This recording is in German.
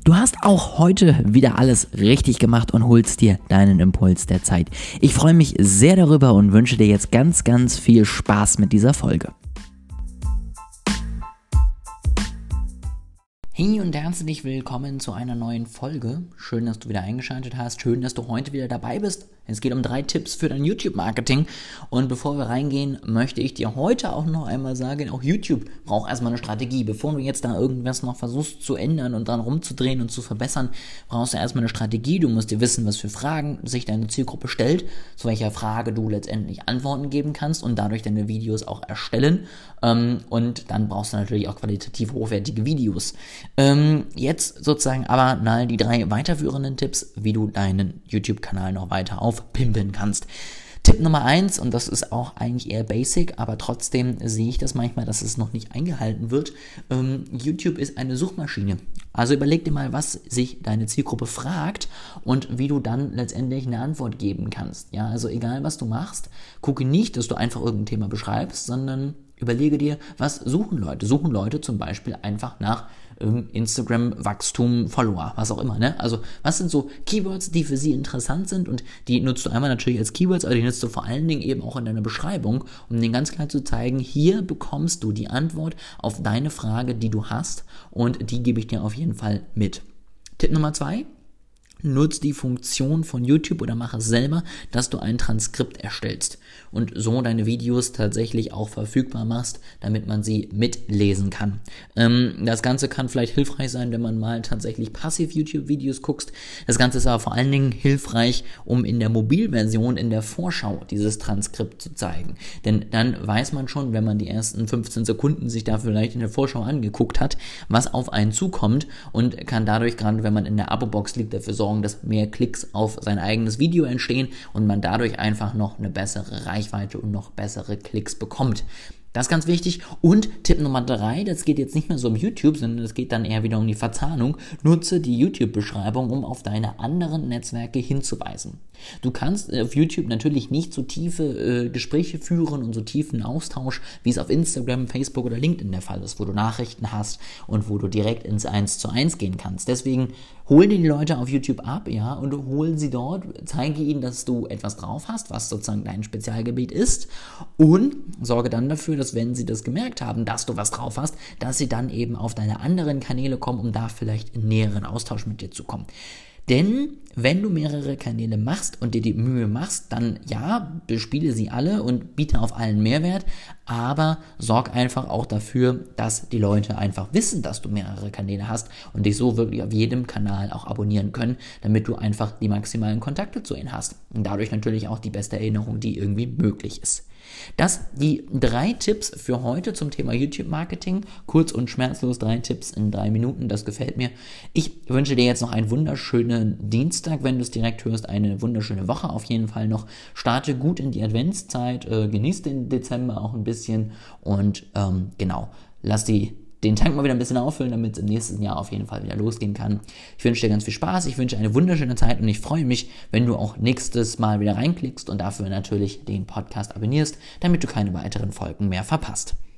Du hast auch heute wieder alles richtig gemacht und holst dir deinen Impuls der Zeit. Ich freue mich sehr darüber und wünsche dir jetzt ganz, ganz viel Spaß mit dieser Folge. Hey und herzlich willkommen zu einer neuen Folge. Schön, dass du wieder eingeschaltet hast. Schön, dass du heute wieder dabei bist. Es geht um 3 Tipps für dein YouTube-Marketing. Und bevor wir reingehen, möchte ich dir heute auch noch einmal sagen, auch YouTube braucht erstmal eine Strategie. Bevor du jetzt da irgendwas noch versuchst zu ändern und dran rumzudrehen und zu verbessern, brauchst du erstmal eine Strategie. Du musst dir wissen, was für Fragen sich deine Zielgruppe stellt, zu welcher Frage du letztendlich Antworten geben kannst und dadurch deine Videos auch erstellen. Und dann brauchst du natürlich auch qualitativ hochwertige Videos. Jetzt sozusagen aber mal die 3 weiterführenden Tipps, wie du deinen YouTube-Kanal noch weiter aufpimpen kannst. Tipp Nummer 1, und das ist auch eigentlich eher basic, aber trotzdem sehe ich das manchmal, dass es noch nicht eingehalten wird. YouTube ist eine Suchmaschine. Also überleg dir mal, was sich deine Zielgruppe fragt und wie du dann letztendlich eine Antwort geben kannst. Ja, also egal was du machst, gucke nicht, dass du einfach irgendein Thema beschreibst, sondern überlege dir, was suchen Leute? Suchen Leute zum Beispiel einfach nach Instagram, Wachstum, Follower, was auch immer, ne? Also, was sind so Keywords, die für sie interessant sind und die nutzt du einmal natürlich als Keywords, aber die nutzt du vor allen Dingen eben auch in deiner Beschreibung, um denen ganz klar zu zeigen, hier bekommst du die Antwort auf deine Frage, die du hast und die gebe ich dir auf jeden Fall mit. Tipp Nummer 2. Nutz die Funktion von YouTube oder mach es selber, dass du ein Transkript erstellst und so deine Videos tatsächlich auch verfügbar machst, damit man sie mitlesen kann. Das Ganze kann vielleicht hilfreich sein, wenn man mal tatsächlich passiv YouTube-Videos guckst. Das Ganze ist aber vor allen Dingen hilfreich, um in der Mobilversion, in der Vorschau dieses Transkript zu zeigen. Denn dann weiß man schon, wenn man die ersten 15 Sekunden sich da vielleicht in der Vorschau angeguckt hat, was auf einen zukommt und kann dadurch, gerade wenn man in der Abo-Box liegt, dafür sorgen, dass mehr Klicks auf sein eigenes Video entstehen und man dadurch einfach noch eine bessere Reichweite und noch bessere Klicks bekommt. Das ist ganz wichtig. Und Tipp Nummer 3, das geht jetzt nicht mehr so um YouTube, sondern es geht dann eher wieder um die Verzahnung. Nutze die YouTube-Beschreibung, um auf deine anderen Netzwerke hinzuweisen. Du kannst auf YouTube natürlich nicht so tiefe Gespräche führen und so tiefen Austausch, wie es auf Instagram, Facebook oder LinkedIn der Fall ist, wo du Nachrichten hast und wo du direkt ins 1:1 gehen kannst. Deswegen hol dir die Leute auf YouTube ab, ja, und hol sie dort, zeige ihnen, dass du etwas drauf hast, was sozusagen dein Spezialgebiet ist und sorge dann dafür, dass wenn sie das gemerkt haben, dass du was drauf hast, dass sie dann eben auf deine anderen Kanäle kommen, um da vielleicht in näheren Austausch mit dir zu kommen. Denn wenn du mehrere Kanäle machst und dir die Mühe machst, dann ja, bespiele sie alle und biete auf allen Mehrwert, aber sorg einfach auch dafür, dass die Leute einfach wissen, dass du mehrere Kanäle hast und dich so wirklich auf jedem Kanal auch abonnieren können, damit du einfach die maximalen Kontakte zu ihnen hast und dadurch natürlich auch die beste Erinnerung, die irgendwie möglich ist. Das die 3 Tipps für heute zum Thema YouTube-Marketing. Kurz und schmerzlos 3 Tipps in 3 Minuten, das gefällt mir. Ich wünsche dir jetzt noch einen wunderschönen Dienstag, wenn du es direkt hörst, eine wunderschöne Woche auf jeden Fall noch. Starte gut in die Adventszeit, genieß den Dezember auch ein bisschen und lass den Tank mal wieder ein bisschen auffüllen, damit es im nächsten Jahr auf jeden Fall wieder losgehen kann. Ich wünsche dir ganz viel Spaß, ich wünsche eine wunderschöne Zeit und ich freue mich, wenn du auch nächstes Mal wieder reinklickst und dafür natürlich den Podcast abonnierst, damit du keine weiteren Folgen mehr verpasst.